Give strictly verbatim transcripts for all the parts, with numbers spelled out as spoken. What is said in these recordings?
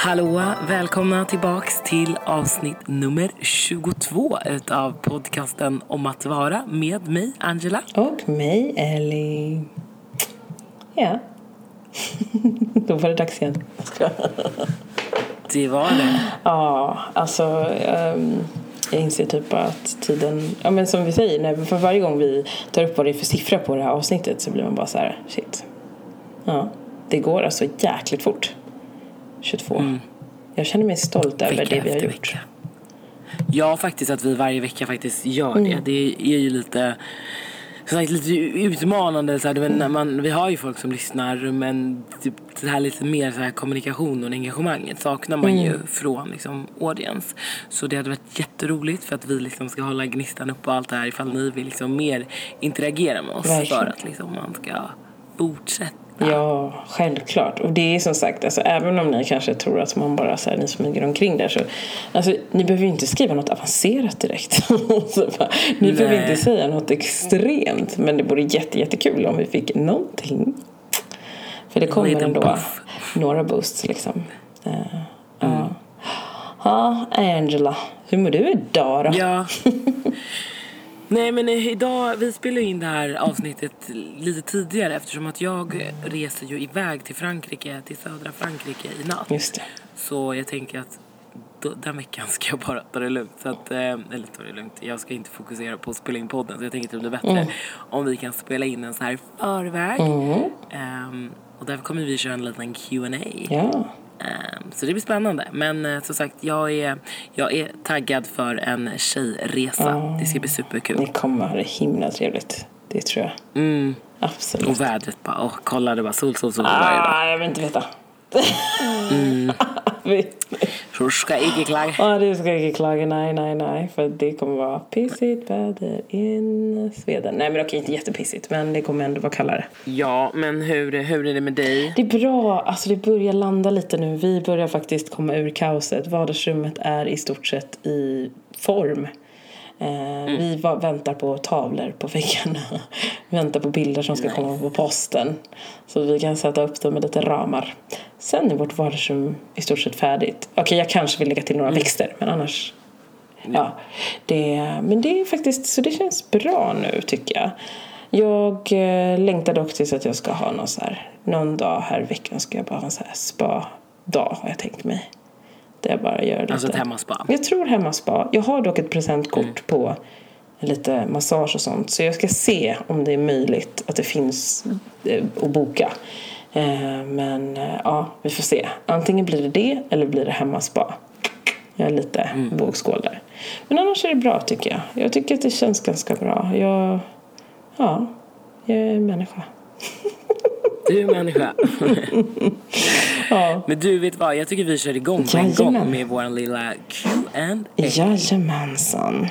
Hallå, välkomna tillbaks till avsnitt nummer tjugotvå utav podcasten Om att vara med mig, Angela. Och mig, Ellie. Ja. Då var det dags igen. Det var det. Ja, alltså um, jag inser typ att tiden, ja men som vi säger, när, för varje gång vi tar upp vad det är för siffra på det här avsnittet så blir man bara så här, shit. Ja, det går alltså jäkligt fort. tjugotvå. Mm. Jag känner mig stolt över vecka det vi har gjort. Vecka. Ja, faktiskt att vi varje vecka faktiskt gör det. Mm. Det är ju lite, sagt, lite utmanande. Så här, men när man, vi har ju folk som lyssnar, men typ, det här lite mer så här, kommunikation och engagemanget saknar man mm. ju från liksom, audience. Så det hade varit jätteroligt för att vi liksom, ska hålla gnistan upp och allt det här ifall ni vill liksom, mer interagera med oss. Verkligen. För att liksom, man ska fortsätta. Ja, självklart. Och det är som sagt, alltså, även om ni kanske tror att man bara så här, ni smyger omkring där så, alltså, ni behöver ju inte skriva något avancerat direkt. Så, bara, ni Nej. behöver inte säga något extremt, men det vore jätte, jättekul om vi fick någonting. För det kommer ändå buff. några boosts liksom. Uh, uh. Mm. Ja, Angela, hur mår du idag då? Ja. Nej, men idag, vi spelar in det här avsnittet lite tidigare eftersom att jag reser ju iväg till Frankrike, till södra Frankrike i natt. Just det. Så jag tänker att då, den veckan ska jag bara ta det lugnt. Så att, eller ta det lugnt, jag ska inte fokusera på att spela in podden. Så jag tänker att det blir bättre mm. om vi kan spela in en så här förväg. Mm. Um, och därför kommer vi köra en liten Q and A. Ja. Um, så det blir spännande. Men uh, som sagt, jag är, jag är taggad för en tjejresa. Oh. Det ska bli superkul. Ni kommer ha det himla trevligt. Det tror jag. Mm. Absolut. Och vädret bara, åh, kolla det bara sol, sol, sol ah, varje dag. Jag vill inte veta. Mm. Så ska inte klaga. Ja, du ska inte klaga, nej, nej, nej. För det kommer vara pissigt väder in Sweden. Nej, men okej, inte jättepissigt, men det kommer ändå vara kallare. Ja, men hur, hur är det med dig? Det är bra, alltså det börjar landa lite nu. Vi börjar faktiskt komma ur kaoset. Vardagsrummet är i stort sett i form. Eh, mm. Vi var, väntar på tavlor på väggarna. Väntar på bilder som ska nice. komma på posten. Så vi kan sätta upp dem med lite ramar. Sen är vårt vardagsrum i stort sett färdigt. Okej, okay, jag kanske vill lägga till några mm. växter, men annars mm. ja, det, men det är faktiskt, så det känns bra nu tycker jag. Jag eh, längtar dock tills att jag ska ha någon så här, någon dag här i veckan ska jag bara ha en så här spa-dag, har jag tänkt mig. Där jag bara gör lite. Alltså ett hemmaspa? Jag tror hemmaspa. Jag har dock ett presentkort mm. på lite massage och sånt. Så jag ska se om det är möjligt att det finns eh, att boka. Eh, men eh, ja, vi får se. Antingen blir det det eller blir det hemmaspa. Jag är lite mm. vågskål där. Men annars är det bra tycker jag. Jag tycker att det känns ganska bra. Jag, ja, jag är människa. Du är människa. Ja. Men du vet vad, jag tycker vi kör igång på en gång med vår lilla Q and A. Jajamensan.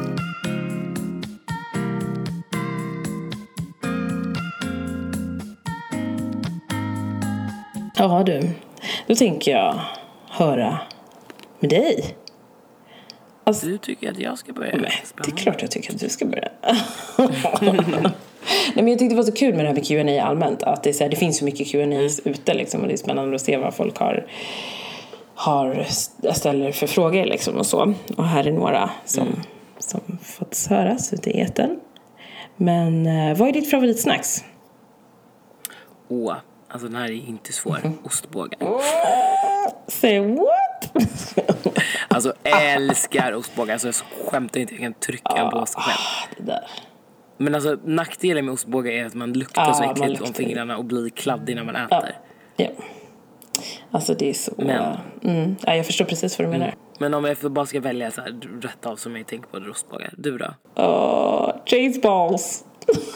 Ja du, då tänker jag höra med dig. Alltså, du tycker att jag ska börja? Nej, det är klart jag tycker att du ska börja. Nej, men jag tyckte det var så kul med det här med Q and A allmänt. Att det, är så här, det finns så mycket Q and A's mm. ute liksom, och det är spännande att se vad folk har, har ställer för frågor liksom, och så. Och här är några som, mm. som fått höras ute i etern. Men eh, vad är ditt favoritsnacks? Åh, alltså den här är inte svår. Mm. Ostbågar. Oh, say what? Alltså älskar ostbågar. Alltså jag skämtar inte, jag kan trycka en blåsa själv. Ah, det där. Men alltså nackdelen med ostbågar är att man luktar ah, så äckligt om fingrarna och blir kladdig när man äter. Ah, ja. Alltså det är så. Men, mm. ja, jag förstår precis vad du menar. Mm. Men om jag bara ska välja så här rätt av som jag tänker på ostbågar. Du då? Åh, uh, cheese balls.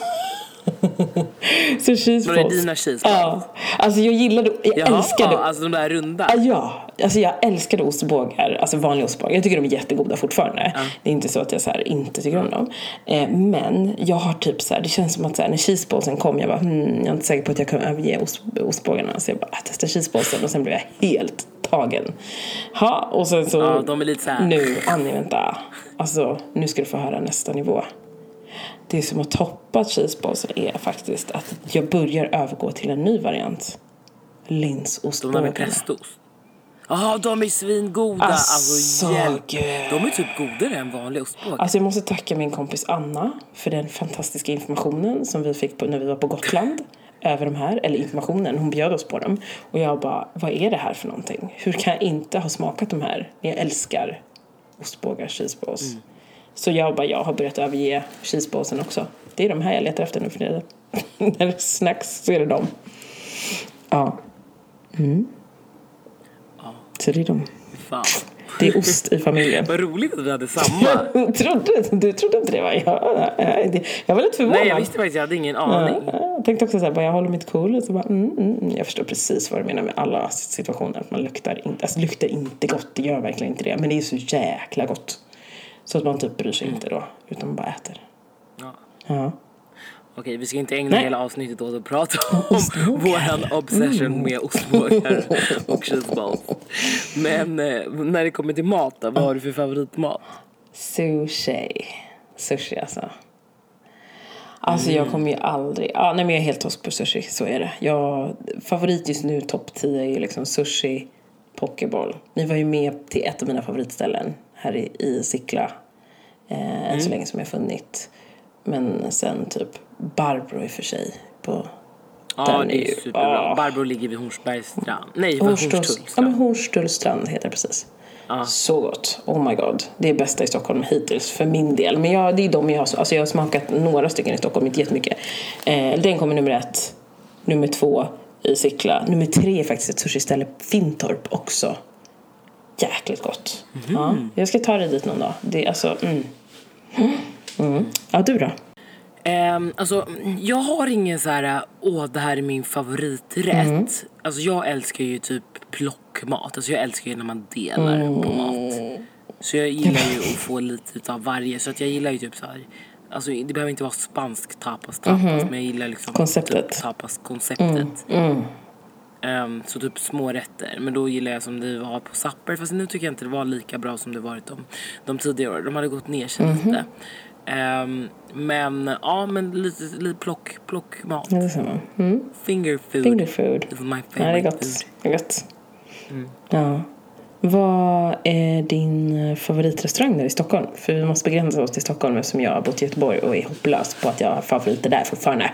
Så cheese balls. Var det dina cheese balls? Ja. Alltså jag gillade, jag Jaha, älskade. Ja, alltså de där runda. Ja, alltså jag älskade ostbågar. Alltså vanliga ostbågar. Jag tycker de är jättegoda fortfarande. Ja. Det är inte så att jag så här inte tycker om dem. Eh, men jag har typ så här, det känns som att så här, när cheeseballsen kom, jag bara, hmm, jag är inte säker på att jag kan överge ost, ostbågarna. Så jag bara, testa cheeseballsen och sen blev jag helt tagen. Ja, och sen så. Ja, de är lite så här. Nu, Annie, vänta. Alltså, nu ska du få höra nästa nivå. Det som har toppat cheeseballsen är faktiskt att jag börjar övergå till en ny variant. Linsostbågarna. De där med pestost. Ja, de är svingoda. Alltså, Alltså, hjälp. gud. De är typ godare än vanliga ostbågar. Alltså jag måste tacka min kompis Anna för den fantastiska informationen som vi fick på, när vi var på Gotland över de här, eller informationen, hon bjöd oss på dem. Och jag bara, vad är det här för någonting? Hur kan jag inte ha smakat de här? Jag älskar ostbågar, cheeseballs. Mm. Så jag bara, jag har börjat överge cheeseballsen också. Det är de här jag letar efter nu för det. När det snacks så är det dem. Ja. Mm. Ja. Så det är de. Fan. Det är ost i familjen. Vad roligt att vi hade samma. trodde, du trodde inte det var jag. Jag var lite förvånad. Nej, jag visste faktiskt, jag hade ingen aning. Ja, jag tänkte också så här, bara, jag håller mitt cool. Och så bara, mm, mm. Jag förstår precis vad du menar med alla situationer. Att man luktar inte, alltså luktar inte gott, det gör verkligen inte det. Men det är så jäkla gott. Så att man typ bryr sig mm. inte då, utan bara äter. Ja. Ja. Okej, vi ska inte ägna Nej. hela avsnittet åt att prata om våran obsession mm. med ostbågar och cheeseballs. Men eh, när det kommer till mat då, vad har du för favoritmat? Sushi. Sushi alltså. Alltså mm. jag kommer ju aldrig... Ah, nej men jag är helt tosk på sushi, så är det. Jag, favorit just nu, topp tio, är ju liksom sushi, pokeball. Ni var ju med till ett av mina favoritställen här i, i Sickla. Eh, mm. Än så länge som jag funnit. Men sen typ Barbro i för sig på ja, det är superbra. Ah. Barbro ligger vid Hornsbergsstrand. Nej, Hornstulls. Ja, men Hornstullstrand heter det precis. Ah. Så gott. Oh my god. Det är bästa i Stockholm hittills för min del. Men jag, det är de jag har, alltså jag har smakat några stycken i Stockholm, inte jättemycket. Eh, den kommer nummer ett. Nummer två i Sickla. Nummer tre är faktiskt ett sushi-ställe Fintorp också. Jäkligt gott. Mm. Ja, jag ska ta det dit någon dag. Det är alltså... Mm. Mm. Ja, du då? Um, alltså, jag har ingen så här, åh, det här är min favoriträtt. Mm. Alltså, jag älskar ju typ plockmat. Alltså, jag älskar ju när man delar mm. på mat. Så jag gillar ju att få lite av varje. Så att jag gillar ju typ så här, alltså, det behöver inte vara spansk tapas, tapas. Mm. Men jag gillar liksom konceptet. Typ, tapas-konceptet. Mm. Mm. Um, så typ små rätter. Men då gillar jag som det var på Sapper. Fast nu tycker jag inte det var lika bra som det varit de, de tidigare åren. De hade gått ner sig mm. lite. Um, men ja, men lite, lite plock, plockmat. Ja, det är samma. Mm. Finger food. Finger food. Is my favorite ja, det är gott. Food. Det är gott. Mm. Ja. Vad är din favoritrestaurang där i Stockholm? För vi måste begränsa oss till Stockholm eftersom jag har bott i Göteborg och är hopplös på att jag har favoriter där fortfarande.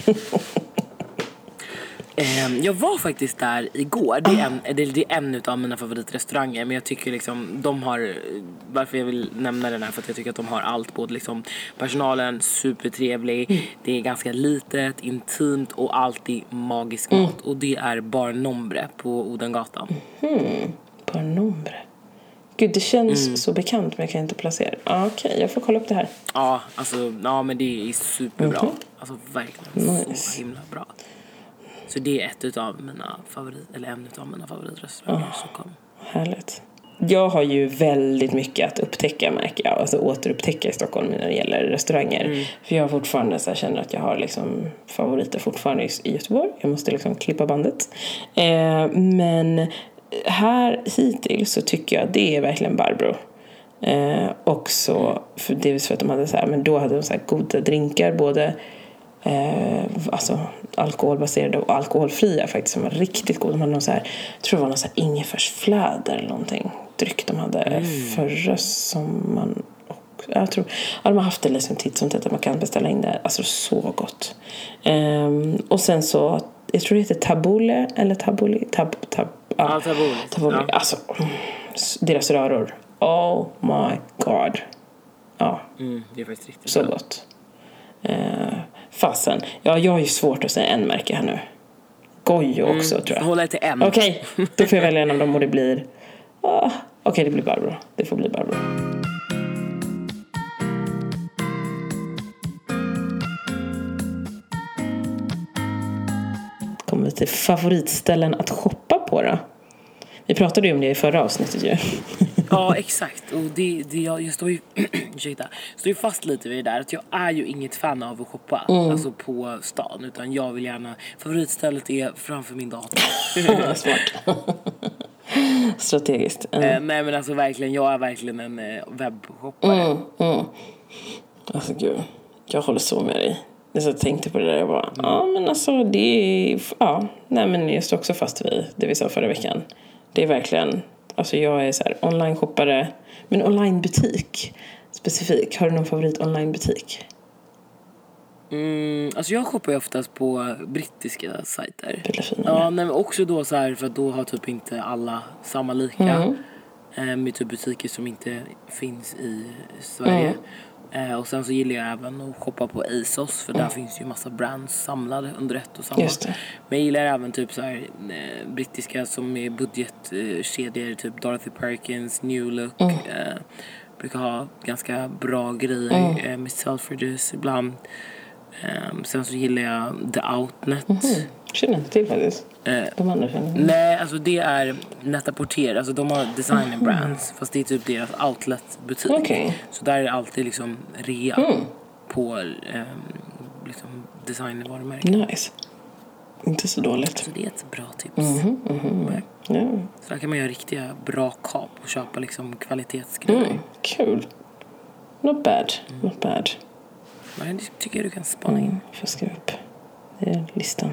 Um, jag var faktiskt där igår. Det är en, det är en av mina favoritrestauranger. Men jag tycker liksom de har, varför jag vill nämna den här, för att jag tycker att de har allt. Både liksom personalen, supertrevlig. Mm. Det är ganska litet, intimt och alltid magisk mat. Mm. Och det är Bar Nombre på Odengatan. Mm. Bar Nombre. Gud, det känns mm. så bekant, men jag kan inte placera. Ah, okej, okay, jag får kolla upp det här. Ja, alltså, ja men det är superbra. Mm. Alltså verkligen nice. Så himla bra. Så det är ett av mina favorit eller en av mina favoritrestauranger oh, som kom. Härligt. Jag har ju väldigt mycket att upptäcka, märker jag. Alltså återupptäcka i Stockholm när det gäller restauranger. Mm. För jag fortfarande så här, känner att jag har liksom favoriter fortfarande i Göteborg. Jag måste liksom klippa bandet. Eh, men här hittills så tycker jag det är verkligen Barbro. Eh, också för dels för att de hade så här, men då hade de så här goda drinkar, både Eh, alltså alkoholbaserade och alkoholfria faktiskt, som var riktigt god. De hade någon så här, jag tror det var någon så här ingefärsfläder eller någonting dryck de hade mm. förra sommaren. Och jag tror, ja, de har haft det liksom titt som titt att man kan beställa in det. Alltså så gott. Eh, och sen så, jag tror det heter Tabule eller Tabuli tab, tab, ja, ja, Tabule. Tabule. Ja. Alltså deras röror. Oh my god. Ja. Mm, det är faktiskt riktigt så bra. Gott. Eh, fasen. Ja, jag har ju svårt att säga en märke här nu. Gojo också, mm, tror jag. Hålla till en. Okej, okay, då får jag välja en av dem och det blir... Ah, Okej, okay, det blir Barbro. Det får bli Barbro. Kommer vi till favoritställen att shoppa på då? Vi pratade ju om det i förra avsnittet ju. Ja, exakt. Och det, det jag, jag står ju ursäkta, står ju fast lite vid det där att jag är ju inget fan av att shoppa mm. alltså på stan, utan jag vill gärna, favoritstället är framför min dator. Smart. Strategiskt. Mm. Eh, nej men alltså verkligen, jag är verkligen en eh, webbshoppare. Mm, mm. Alltså gud, jag håller så med dig. Jag tänkte på det där och bara, mm. ja men alltså det är, ja, nej men jag står också fast vid det vi sa förra veckan. Det är verkligen, alltså jag är så här online-shoppare, men online-butik specifik. Har du någon favorit online-butik? Mm, alltså jag shoppar ju oftast på brittiska sajter. Fina, ja, nej, men också då så här, för att då har typ inte alla samma lika. Mm. Eh, med typ butiker som inte finns i Sverige. Mm. Eh, och sen så gillar jag även att shoppa på ASOS, för mm. där finns ju massa brands samlade under ett och samma. Men jag gillar även typ så här eh, brittiska som är budgetkedjor, eh, typ Dorothy Perkins, New Look. Mm. Eh, brukar ha ganska bra grejer mm. eh, med Selfridges ibland. Um, sen så gillar jag The Outnet. Mm-hmm. Känner inte till faktiskt. Uh, de andra känner. Nej, alltså det är Net-a-Porter. Alltså de har designer brands. Mm-hmm. Fast det är typ deras outlet-butik. Okay. Så där är det alltid liksom rea mm. på um, liksom designervarumärken. Nice. Inte så dåligt. Så det är ett bra tips. Mm-hmm. Mm-hmm. Yeah. Så där kan man göra riktiga bra kap och köpa liksom kvalitetsgrejer. Mm. Kul. Not bad. Mm. Not bad. Men det tycker jag du kan spana in. Mm, får skriva upp. Det är listan.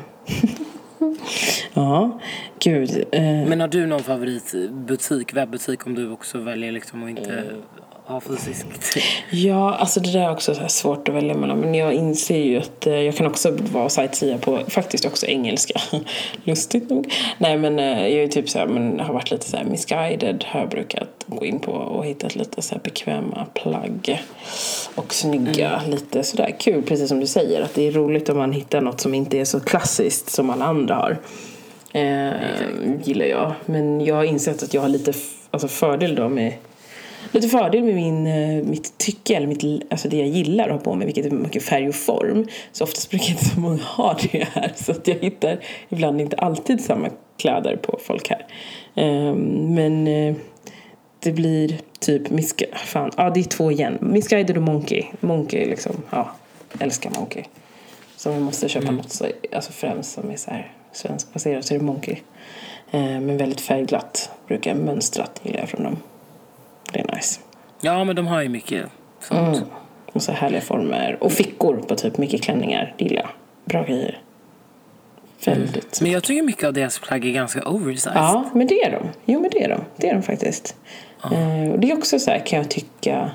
Ja, gud. Eh. Men har du någon favoritbutik, webbutik, om du också väljer liksom att inte mm. ha fysiskt? Ja, alltså det där är också så här svårt att välja mellan. Men jag inser ju att eh, jag kan också vara sightseer på faktiskt också engelska. Lustigt nog. Nej, men eh, jag är ju typ så här, men har varit lite så här misguided. Har jag brukat gå in på och hittat lite så här bekväma plagg. Och snygga, mm. lite sådär kul, precis som du säger. Att det är roligt om man hittar något som inte är så klassiskt som alla andra har. Eh, gillar jag. Men jag har insett att jag har lite f- alltså fördel då med lite fördel med min, mitt tycke, eller mitt, alltså det jag gillar att ha på mig, vilket är mycket färg och form. Så oftast brukar inte så många ha det här. Så att jag hittar ibland inte alltid samma kläder på folk här. Eh, men eh, det blir typ Misca- fan, ja det är två igen. Misguided och Monkey. Monkey liksom, ja, älskar Monkey. Så vi måste köpa mm. något så, alltså främst som är så här svenskbaserat, så är det Monkey. Eh, men väldigt färgglatt. Brukar mönstrat gillar jag från dem. Det är nice. Ja, men de har ju mycket sånt. Mm. Och så härliga former. Och fickor på typ mycket klänningar. Det gillar jag. Bra grejer. Väldigt. Mm. Men jag tycker mycket av deras plagg är ganska oversized. Ja, men det är de. Jo, men det är de. Det är de faktiskt. Uh, och det är också så här, kan jag tycka,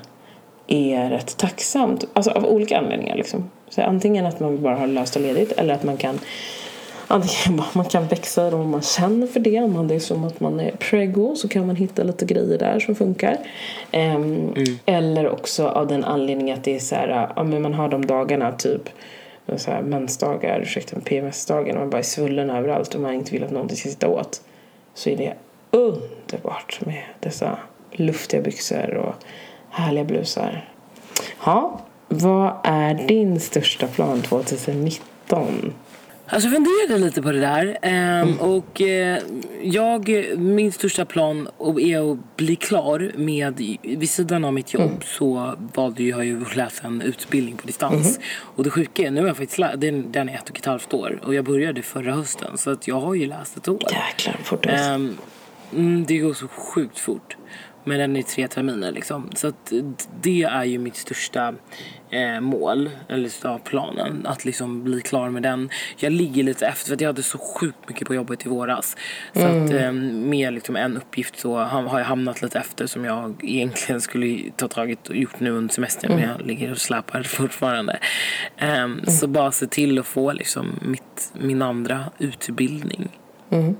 är rätt tacksamt. Alltså av olika anledningar liksom. Så här, antingen att man bara har löst och ledigt, eller att man kan antingen man kan växa om man känner för det. Om det är som att man är prego, så kan man hitta lite grejer där som funkar. Um, mm. Eller också av den anledningen att det är så här, ja, men man har de dagarna typ så här mensdagar, ursäkta, P M S-dagar, när man bara är svullen överallt och man inte vill att någonting ska sitta åt. Så är det underbart med dessa luftiga byxor och härliga blusar. Ja, vad är din största plan tjugonitton? Alltså jag funderade lite på det där. Um, mm. Och uh, jag, min största plan är att bli klar med, vid sidan av mitt jobb mm. så valde jag ju att läsa en utbildning på distans. Mm. Och det sjuka är, nu har jag faktiskt läst, den, den är ett och ett halvt år. Och jag började förra hösten, så att jag har ju läst ett år. Jäklar, fort um, mm, det går så sjukt fort. Men den är tre terminer liksom. Så att det är ju mitt största eh, mål, eller så planen, att liksom bli klar med den. Jag ligger lite efter för att jag hade så sjukt mycket på jobbet i våras. Så mm. att eh, med liksom en uppgift så har jag hamnat lite efter som jag egentligen skulle ta tagit och gjort nu under semestern. Mm. Men jag ligger och släpar fortfarande. Eh, mm. Så bara se till att få liksom mitt, min andra utbildning. Mm.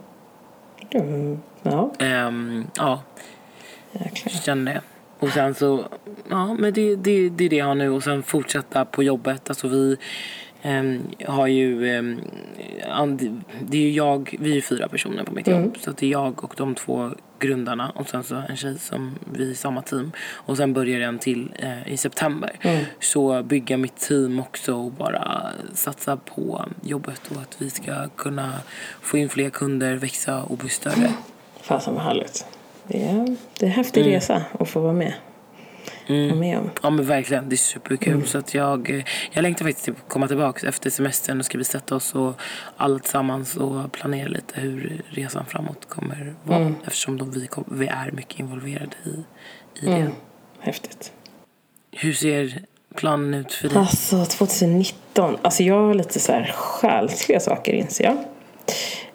Mm. Ja. Eh, ja. Jäklar. Kände det. Och sen så, ja, men det, det, det är det jag har nu. Och sen fortsätta på jobbet. Alltså vi eh, har ju, eh, and, det är ju jag, vi är fyra personer på mitt jobb. Mm. Så det är jag och de två grundarna. Och sen så en tjej som vi är i samma team. Och sen börjar en till eh, i september. Mm. Så bygga mitt team också och bara satsa på jobbet. Och att vi ska kunna få in fler kunder, växa och bli större. Mm. Fan som härligt. Det är, det är en häftig mm. resa att få vara med. Mm. Vara med om. Ja men verkligen, det är superkul. Mm. Så att jag, jag längtar faktiskt till att komma tillbaka efter semestern. Och ska vi sätta oss och alla tillsammans och planera lite hur resan framåt kommer vara. Mm. Eftersom de, vi, kom, vi är mycket involverade i, i det. Mm. Häftigt. Hur ser planen ut för dig? Alltså tjugonitton, alltså jag har lite så här själsliga saker inser jag.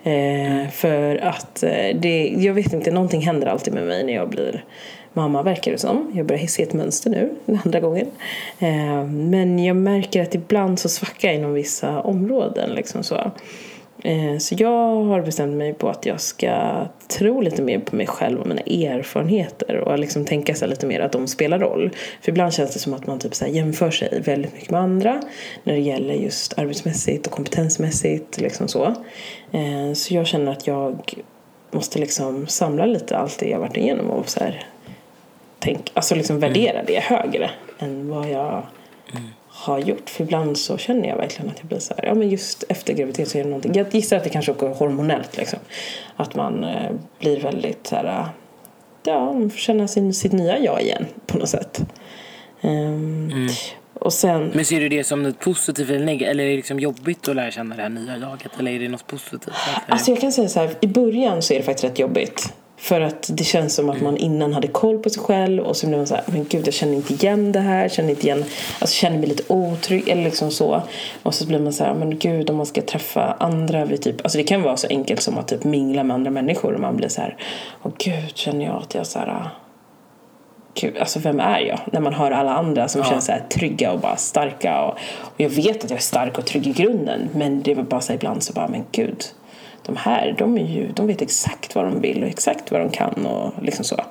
Eh, för att eh, det, jag vet inte, någonting händer alltid med mig när jag blir mamma, verkar det som. Jag börjar se ett mönster nu, den andra gången. Eh, men jag märker att ibland så svackar jag inom vissa områden. Liksom så. Eh, så jag har bestämt mig på att jag ska tro lite mer på mig själv och mina erfarenheter. Och liksom tänka sig lite mer att de spelar roll. För ibland känns det som att man typ så här jämför sig väldigt mycket med andra. När det gäller just arbetsmässigt och kompetensmässigt. Liksom så. Eh, så jag känner att jag måste liksom samla lite allt det jag varit igenom och så här... Tänk, alltså liksom värdera det högre än vad jag mm. har gjort. För ibland så känner jag verkligen att jag blir så här, ja men just efter graviditet så är det någonting. Jag gissar att det kanske är hormonellt liksom. Att man eh, blir väldigt så här, ja, man får känna sin, sitt nya jag igen på något sätt. Um, mm. Och sen... Men ser du det som något positivt eller negativt? Eller är det liksom jobbigt att lära känna det här nya jaget? Eller är det något positivt? Alltså jag kan säga så här, i början så är det faktiskt rätt jobbigt. För att det känns som att man innan hade koll på sig själv. Och så blir man så här, men gud jag känner inte igen det här. Känner inte igen, alltså känner mig lite otrygg eller liksom så. Och så blir man så här, men gud om man ska träffa andra vid typ, alltså det kan vara så enkelt som att typ mingla med andra människor. Och man blir så här, åh gud känner jag att jag så här, gud, alltså vem är jag? När man hör alla andra som ja. känns så här trygga och bara starka. Och, och jag vet att jag är stark och trygg i grunden. Men det var bara så här, ibland så bara, men gud. De här, de, är ju, de vet exakt vad de vill och exakt vad de kan och liksom så.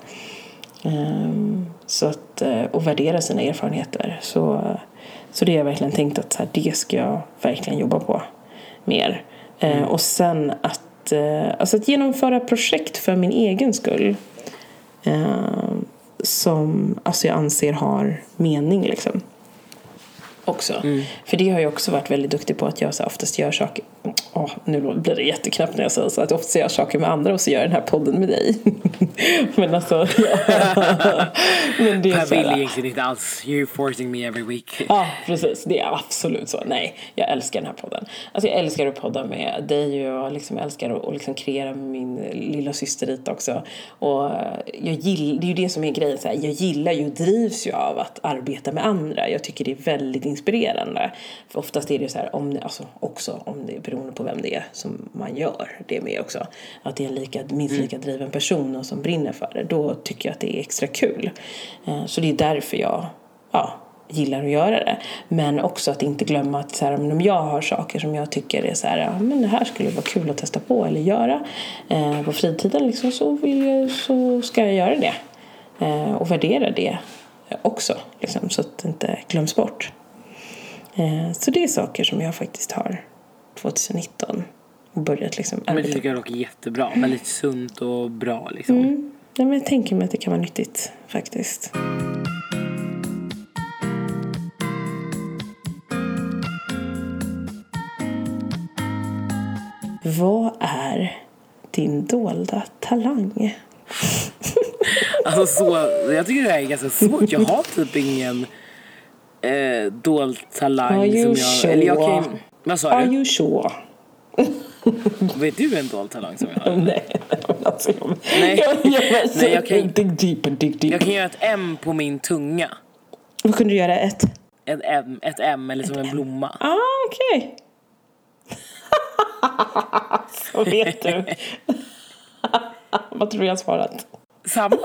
Um, så att, och värdera sina erfarenheter. Så, så det har jag verkligen tänkt att så här, det ska jag verkligen jobba på mer. Mm. Uh, och sen att, uh, alltså att genomföra projekt för min egen skull. Uh, som alltså jag anser har mening liksom. Också. Mm. För det har jag också varit väldigt duktig på att jag så oftast gör saker. Åh, nu blir det jätteknappt när jag säger så att jag oftast gör saker med andra och så gör jag den här podden med dig. Men alltså ja. Men det är jag vill egentligen inte alls. You're forcing me every week. Ja, precis. Det är absolut så. Nej, jag älskar den här podden. Alltså jag älskar att podda med dig och jag liksom älskar att liksom kreera med min lilla syster dit också. Och jag gillar, det är ju det som är grejen så här, jag gillar ju och drivs ju av att arbeta med andra. Jag tycker det är väldigt inspirerande. För oftast är det så här, om, alltså också om det är beroende på vem det är som man gör det med också. Att det är en lika, minst lika driven person och som brinner för det. Då tycker jag att det är extra kul. Så det är därför jag ja, gillar att göra det. Men också att inte glömma att så här, om jag har saker som jag tycker är så här, ja, men det här skulle vara kul att testa på eller göra eh, på fritiden liksom, så, vill jag, så ska jag göra det. Eh, och värdera det också. Liksom, så att det inte glöms bort. Så det är saker som jag faktiskt har tjugonitton och börjat liksom arbeta. Men det tycker jag dock är jättebra. Väldigt sunt och bra liksom. Mm. Ja, men jag tänker mig att det kan vara nyttigt faktiskt. Vad är din dolda talang? Alltså så, jag tycker det här är ganska svårt. Jag har typ ingen eh, dold talang som jag... Sure? Eller jag kan, vad sa du? Are you sure? Vet du en dold talang som jag har? Nej, alltså, jag, Nej. Jag, jag, Nej, jag kan, dig deep, dig deep. Jag kan göra ett M på min tunga. Vad kunde du göra? Ett? Ett M, ett M eller som ett en M. blomma. Ah, okej. Okay. Så vet du. Vad tror du jag svarat? Samma.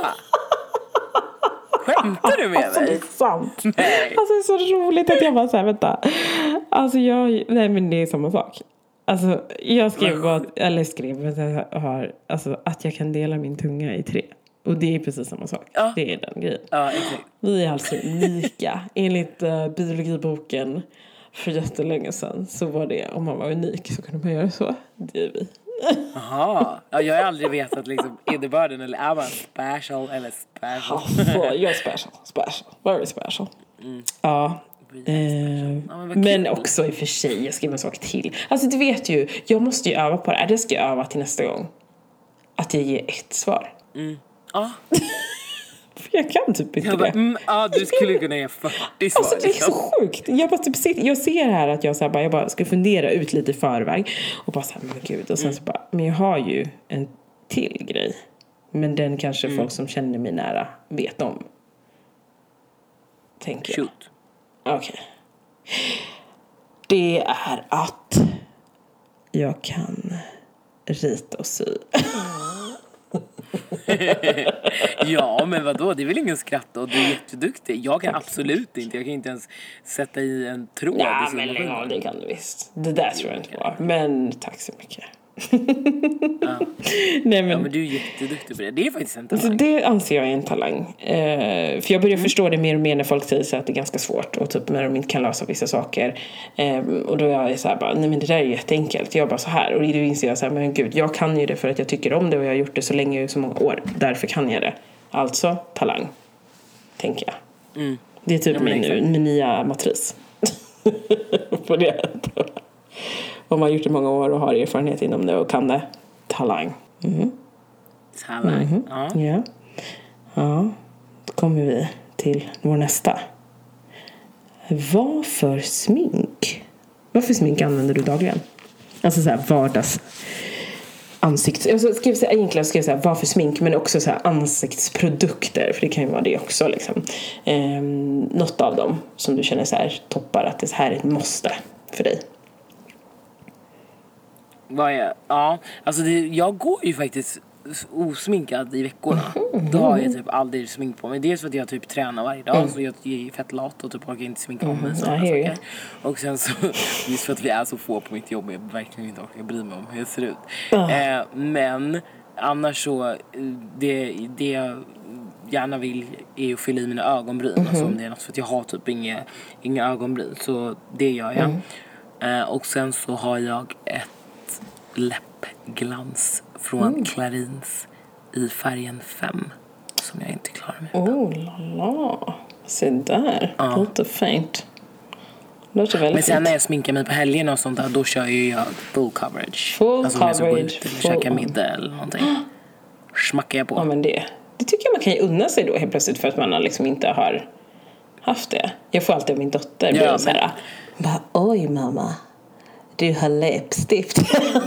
Skämtar du med alltså, mig? Det är sant. Nej. Alltså det är så roligt att jag bara säger vänta. Alltså jag, nej men det är samma sak. Alltså jag skrev bara, eller skrev jag har, alltså, att jag kan dela min tunga i tre. Och det är precis samma sak. Ja. Det är den grejen. Ja, exakt. Vi är alltså unika. Enligt uh, biologiboken för jättelänge sedan så var det, om man var unik så kunde man göra så. Det är vi. Jaha, ja, jag har aldrig vetat liksom, är det börden eller är man special eller special? Ja, jag är special, special, very special. Mm. Ja. Eh, ja, men, men också i och för sig, jag ska en sak till. Alltså du vet ju, jag måste ju öva på det här. Det ska jag öva till nästa gång. Att jag ger ett svar. Mm. Ja. Jag kan typ inte jag bara, det. Mm, ja, du skulle kunna ge fyrtio svar. Alltså det är så sjukt. Jag, bara, typ, jag ser här att jag, så här, bara, jag bara ska fundera ut lite i förväg. Och bara så här, men gud. Och sen mm. så bara, men jag har ju en till grej. Men den kanske mm. folk som känner mig nära vet om. Tänker jag. Shoot. Okej. Okay. Det är att jag kan rita och sy. Ja, men vadå? Det är väl ingen skratt och du är jätteduktig. Jag kan absolut inte. Jag kan inte ens sätta i en tråd. Ja, i men lägg av, symaskinen. det kan du visst. Det där tror jag inte var. Men tack så mycket. Ja. Nej, men, Ja, men du är jätteduktig på det. Det är faktiskt en alltså, talang. det anser jag är en talang. Eh, för jag börjar förstå det mer och mer när folk säger så att det är ganska svårt. Och typ när de inte kan lösa vissa saker. Eh, och då är jag så här bara, nej men det där är jätteenkelt. Jag bara så här. Och då inser jag så här, men gud, jag kan ju det för att jag tycker om det. Och jag har gjort det så länge i så många år. Därför kan jag det. Alltså talang. Tänker jag. Mm. Det är typ Ja, men min, exakt. min nya matris. På det. Om man har gjort det i många år och har erfarenhet inom det och kan det. Talang. Mm. Talang. Mhm. Ja. Ja. Ja. Då kommer vi till vår nästa. Vad för smink? Vad för smink använder du dagligen? Alltså så här vardags ansikts... Alltså ska jag säga, egentligen ska jag säga vad för smink, men också så här ansiktsprodukter. För det kan ju vara det också liksom. Ehm, något av dem som du känner så här toppar att det här är ett måste för dig. Vad är... Ja, alltså det, jag går ju faktiskt osminkad i veckorna. Då har jag typ aldrig smink på mig. Dels för att jag typ tränar varje dag. Mm. Så jag är fett lat och typ orkar inte sminka om mig. I sådana hear you. saker. Och sen så, just för att vi är så få på mitt jobb, jag verkligen inte orkar bry mig om hur jag ser ut. Ah. Eh, men annars så, eh, det, det jag gärna vill är att fylla i mina ögonbryn. Mm-hmm. Alltså om det är något, för att jag har typ inga, inga ögonbryn. Så det gör jag. Mm. Eh, och sen så har jag ett läppglans från Mm. Clarins i färgen fem som jag inte klarar mig. Oh la la. Se där. Ja. Låter fint. Låter väldigt Men sen fint. när jag sminkar mig på helgen och sånt där, då kör ju jag full coverage. Full alltså om jag ska gå coverage, ut eller full käka on. middag eller någonting. Smackar jag på. Ja, men det, det tycker jag man kan ju unna sig då helt plötsligt för att man liksom inte har haft det. Jag får alltid av min dotter bli Ja, så här, bara, oj mamma, du har läppstift.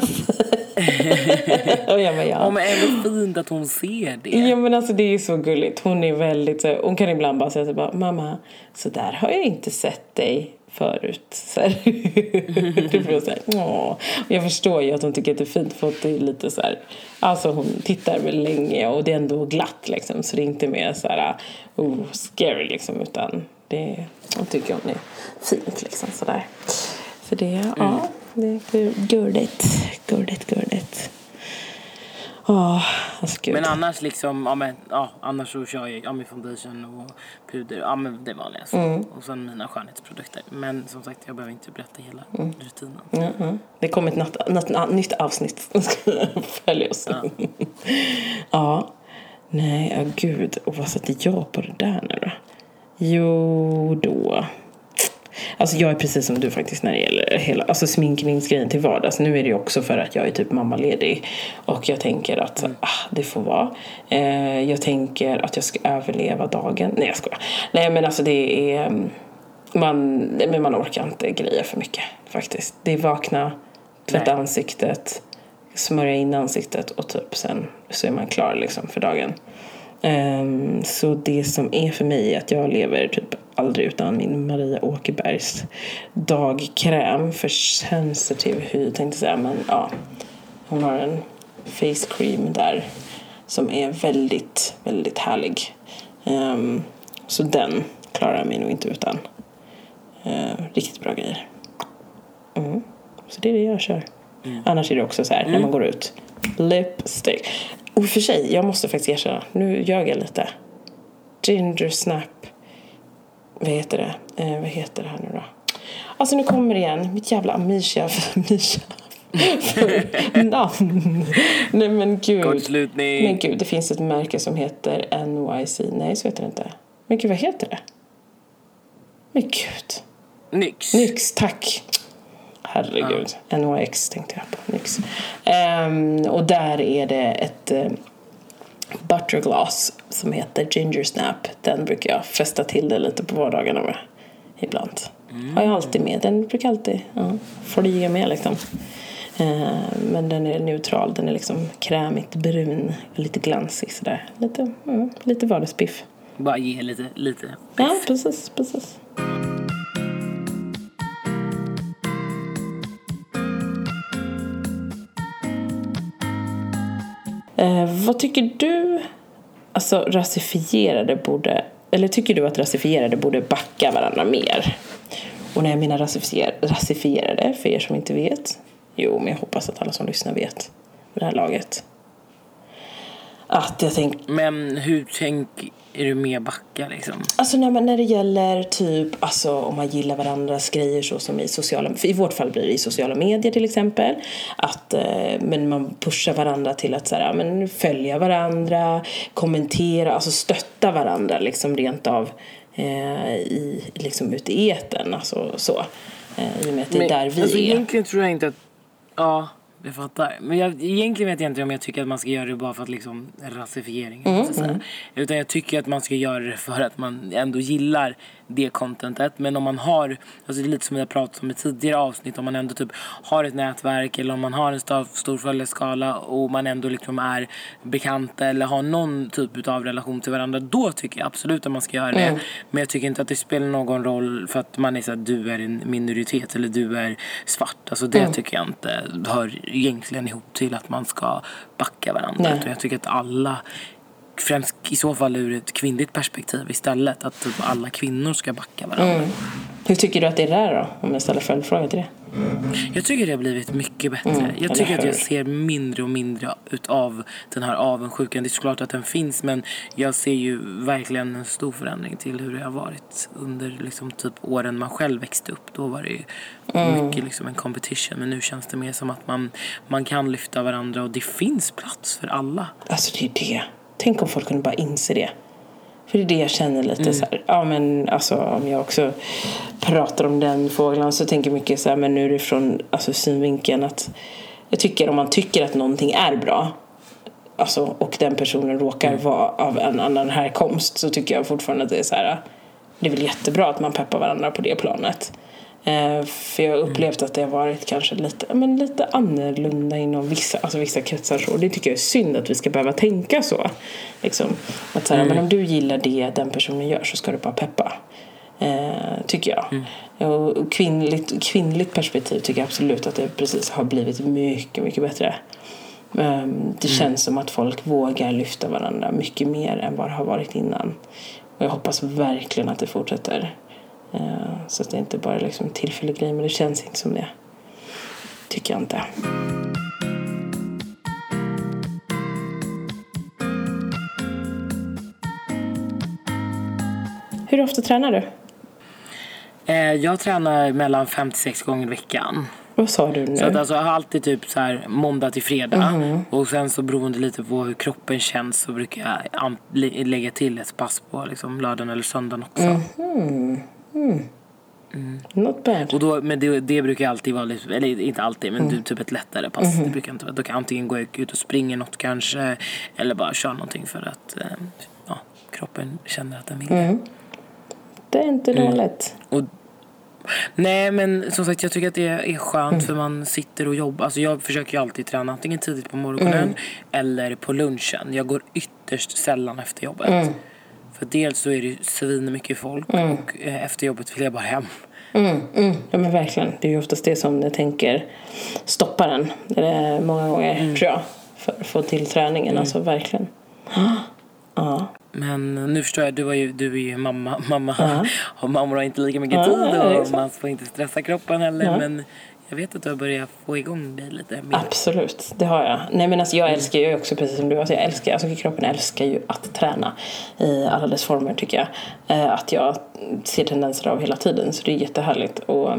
Och jag bara, ja. Ja, men ändå fint att hon ser det. Ja, men alltså det är så gulligt. Hon är väldigt så, hon kan ibland bara säga så bara, mamma, så där har jag inte sett dig förut. Så här. Det blir så här, åh. Och jag förstår ju att hon tycker att det är fint för att det är lite så här, alltså hon tittar väl länge och det är ändå glatt liksom, så det är inte mer så här oh, scary liksom, utan det, hon tycker hon är fint liksom så där. Så det, mm. ja, det är gulligt, gulligt, gulligt. Oh, alltså, men annars liksom, ja, men, ja, annars så kör jag ja, med foundation och puder, ja men det vanliga så. Mm. Och sen mina skönhetsprodukter. Men som sagt, jag behöver inte berätta hela mm. rutinen. Mm, mm. Det kommer ett natt, natt, natt, nytt avsnitt. Följ oss. Ja. Ja. Nej, ja gud. Och vad satte jag på det där nu då? Jo då. Alltså jag är precis som du faktiskt när det gäller hela, alltså sminkningsgrejen till vardags. Nu är det ju också för att jag är typ mammaledig. Och jag tänker att mm. ah, det får vara. Eh, jag tänker att jag ska överleva dagen. Nej, jag skojar. Nej, men alltså det är... Man, men man orkar inte grejer för mycket faktiskt. Det är vakna, tvätta Nej. ansiktet, smörja in ansiktet och typ sen så är man klar liksom för dagen. Um, så det som är för mig är att jag lever typ aldrig utan min Maria Åkerbergs dagkräm för sensitiv hy, tänkte säga, men ja, hon har en face cream där som är väldigt, väldigt härlig. Um, så den klarar jag mig nog inte utan. Uh, riktigt bra grejer. Mm. Så det är det jag kör. Mm. Annars är det också så här, mm. när man går ut, lipstick. Och för sig, jag måste faktiskt erkänna, nu ljög jag lite. Ginger Snap. Vad heter det? Eh, vad heter det här nu då? Alltså nu kommer det igen. Mitt jävla amnesia. amnesia. Namn. Nej men gud. Kortslutning. Men gud, det finns ett märke som heter N Y C. Nej, så heter det inte. Men gud, vad heter det? Men gud. Nyx. Nyx, tack. Herregud. Ja. N Y X tänkte jag på. Nyx. Um, och där är det ett uh, butterglass som heter Ginger Snap. Den brukar jag fästa till det lite på vardagarna med. Ibland. Mm. Har jag alltid med. Den brukar alltid ja, flyga med liksom. Uh, men den är neutral. Den är liksom krämigt brun. Lite glansig sådär. Lite, mm, lite vardagspiff. Bara ge lite, lite piff. Ja, precis, precis. Eh, vad tycker du, alltså rasifierade borde, eller tycker du att rasifierade borde backa varandra mer? Och när jag menar rasifier, rasifierade, för er som inte vet, jo, men jag hoppas att alla som lyssnar vet på det här laget. Att jag tänk... Men hur tänker du med backa liksom? Alltså när, man, när det gäller typ, alltså om man gillar varandras grejer så som i sociala, för i vårt fall blir det i sociala medier till exempel, att eh, men man pushar varandra till att så här, men följa varandra, kommentera, alltså stötta varandra liksom rent av eh, i liksom ute i etern, alltså så. Eh, I och med att det är men, där vi alltså, är. Egentligen tror jag inte att, ja, jag fattar. Men jag, egentligen vet jag inte om jag tycker att man ska göra det bara för att liksom rasifiering. Mm, så mm. Utan jag tycker att man ska göra det för att man ändå gillar det contentet. Men om man har, alltså det är lite som jag pratat om i tidigare avsnitt, om man ändå typ har ett nätverk eller om man har en stor, stor följarskala och man ändå liksom är bekanta eller har någon typ av relation till varandra, då tycker jag absolut att man ska göra det. Mm. Men jag tycker inte att det spelar någon roll för att man är så att du är en minoritet eller du är svart. Alltså det mm. tycker jag inte hör egentligen ihop till att man ska backa varandra. Nej. Jag tycker att alla, främst i så fall ur ett kvinnligt perspektiv istället, att typ alla kvinnor ska backa varandra. Mm. Hur tycker du att det är där då? Om jag ställer följdfråga till det. Jag tycker det har blivit mycket bättre. Mm, jag tycker att jag ser mindre och mindre utav den här avundsjukan. Det är såklart att den finns, men jag ser ju verkligen en stor förändring till hur det har varit under liksom typ åren man själv växte upp. Då var det ju mm. mycket liksom en competition, men nu känns det mer som att man, man kan lyfta varandra och det finns plats för alla. Alltså det är det. Tänk om folk kunde bara inse det. För det är det jag känner lite mm. så här. Ja men alltså om jag också pratar om den fågeln så tänker jag mycket så här, men nu är det från alltså synvinkeln att jag tycker om man tycker att någonting är bra, alltså och den personen råkar mm. vara av en annan härkomst, så tycker jag fortfarande att det är så här, det är väl jättebra att man peppar varandra på det planet. Eh, för jag har upplevt att det har varit kanske lite, men lite annorlunda inom vissa, alltså vissa kretsar så. Det tycker jag är synd att vi ska behöva tänka så. Liksom. Att så här, mm. men om du gillar det den personen gör så ska du bara peppa. Eh, tycker jag. Mm. Och kvinnligt, kvinnligt perspektiv tycker jag absolut att det precis har blivit mycket, mycket bättre. Eh, det känns mm. som att folk vågar lyfta varandra mycket mer än vad det har varit innan. Och jag hoppas verkligen att det fortsätter. Uh, så att det inte bara är liksom en tillfällig grej, men det känns inte som det. Tycker jag inte. Hur ofta tränar du? Uh, jag tränar mellan fem till sex gånger i veckan. Vad sa du nu? Så att alltså, jag har alltid typ så här måndag till fredag. Mm. Och sen så beroende lite på hur kroppen känns så brukar jag am- lägga till ett pass på liksom lördagen eller söndagen också. Mm. Mm. Mm. Not bad. Och då, men det, det brukar alltid vara lite, eller inte alltid, men mm. typ ett lättare pass. Mm. Det brukar inte vara. Då kan jag antingen gå ut och springa något kanske, eller bara köra någonting för att ja, kroppen känner att den vill. Mm. Det är inte dåligt. Mm. Och nej, men som sagt jag tycker att det är skönt mm. för man sitter och jobbar. Alltså jag försöker ju alltid träna antingen tidigt på morgonen mm. eller på lunchen. Jag går ytterst sällan efter jobbet. Mm. För dels så är det svin mycket folk mm. och efter jobbet vill jag bara hem. Mm, mm. Ja men verkligen. Det är ju oftast det som jag tänker stoppar den. Det är många gånger mm. tror jag. För att få till träningen. Mm. Alltså verkligen. Ja. Men nu förstår jag, du, var ju, du är ju mamma. Mamma ja. och mammor har inte lika mycket ja, tid och man får inte stressa kroppen heller. Ja. Men jag vet att du har börjat få igång dig lite mer. Absolut, det har jag. Nej men alltså jag mm. älskar ju också precis som du. Alltså jag älskar, alltså kroppen älskar ju att träna i alla dess former tycker jag. Eh, att jag ser tendenser av hela tiden, så det är jättehärligt. Och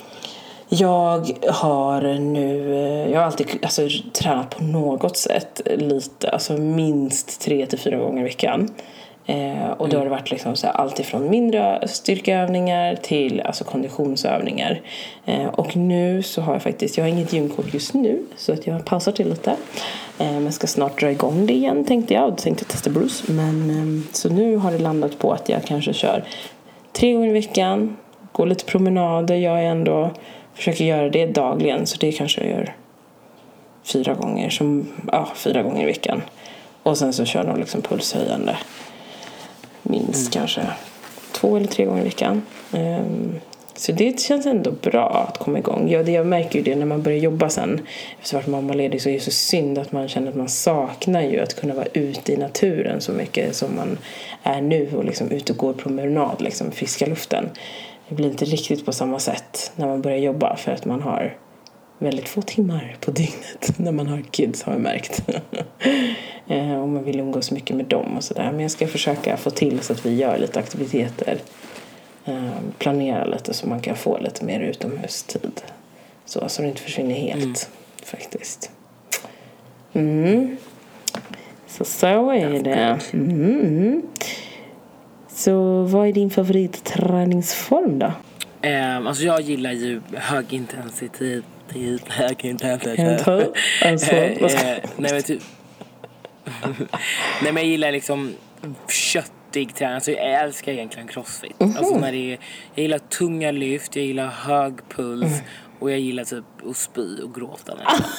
jag har nu, jag har alltid alltså, tränat på något sätt lite, alltså minst tre till fyra gånger i veckan. Eh, och då har det varit liksom så här, allt ifrån mindre styrkeövningar till alltså konditionsövningar. Eh, och nu så har jag faktiskt, jag har inget gymkort just nu så att jag pausar till lite. Eh, men ska snart dra igång det igen tänkte jag, och tänkte testa Bruce. Men eh, så nu har det landat på att jag kanske kör tre gånger i veckan, går lite promenader. Jag är ändå försöker göra det dagligen, så det kanske jag gör fyra gånger som ja, fyra gånger i veckan. Och sen så kör jag liksom pulshöjande minst mm. kanske två eller tre gånger i veckan. Um, Så det känns ändå bra att komma igång. Ja, det, jag märker ju det när man börjar jobba sen. Efter att man var ledig så är det så synd att man känner att man saknar ju att kunna vara ute i naturen så mycket som man är nu. Och liksom ute och går promenad, liksom friska luften. Det blir inte riktigt på samma sätt när man börjar jobba för att man har väldigt få timmar på dygnet när man har kids, har jag märkt. Och man vill umgås mycket med dem och sådär. Men jag ska försöka få till så att vi gör lite aktiviteter. Planera lite så man kan få lite mer utomhustid. Så, så det inte försvinner helt, mm. faktiskt. Mm. Så så är det. Mm. Så vad är din favoritträningsform då? Um, alltså jag gillar ju högintensitet. Högintensitet. Alltså, Nej men typ. Nej men jag gillar liksom köttig träning. Alltså jag älskar egentligen crossfit. Mm-hmm. Alltså när det är, jag gillar tunga lyft, jag gillar hög puls mm. och jag gillar typ att spy och gråta.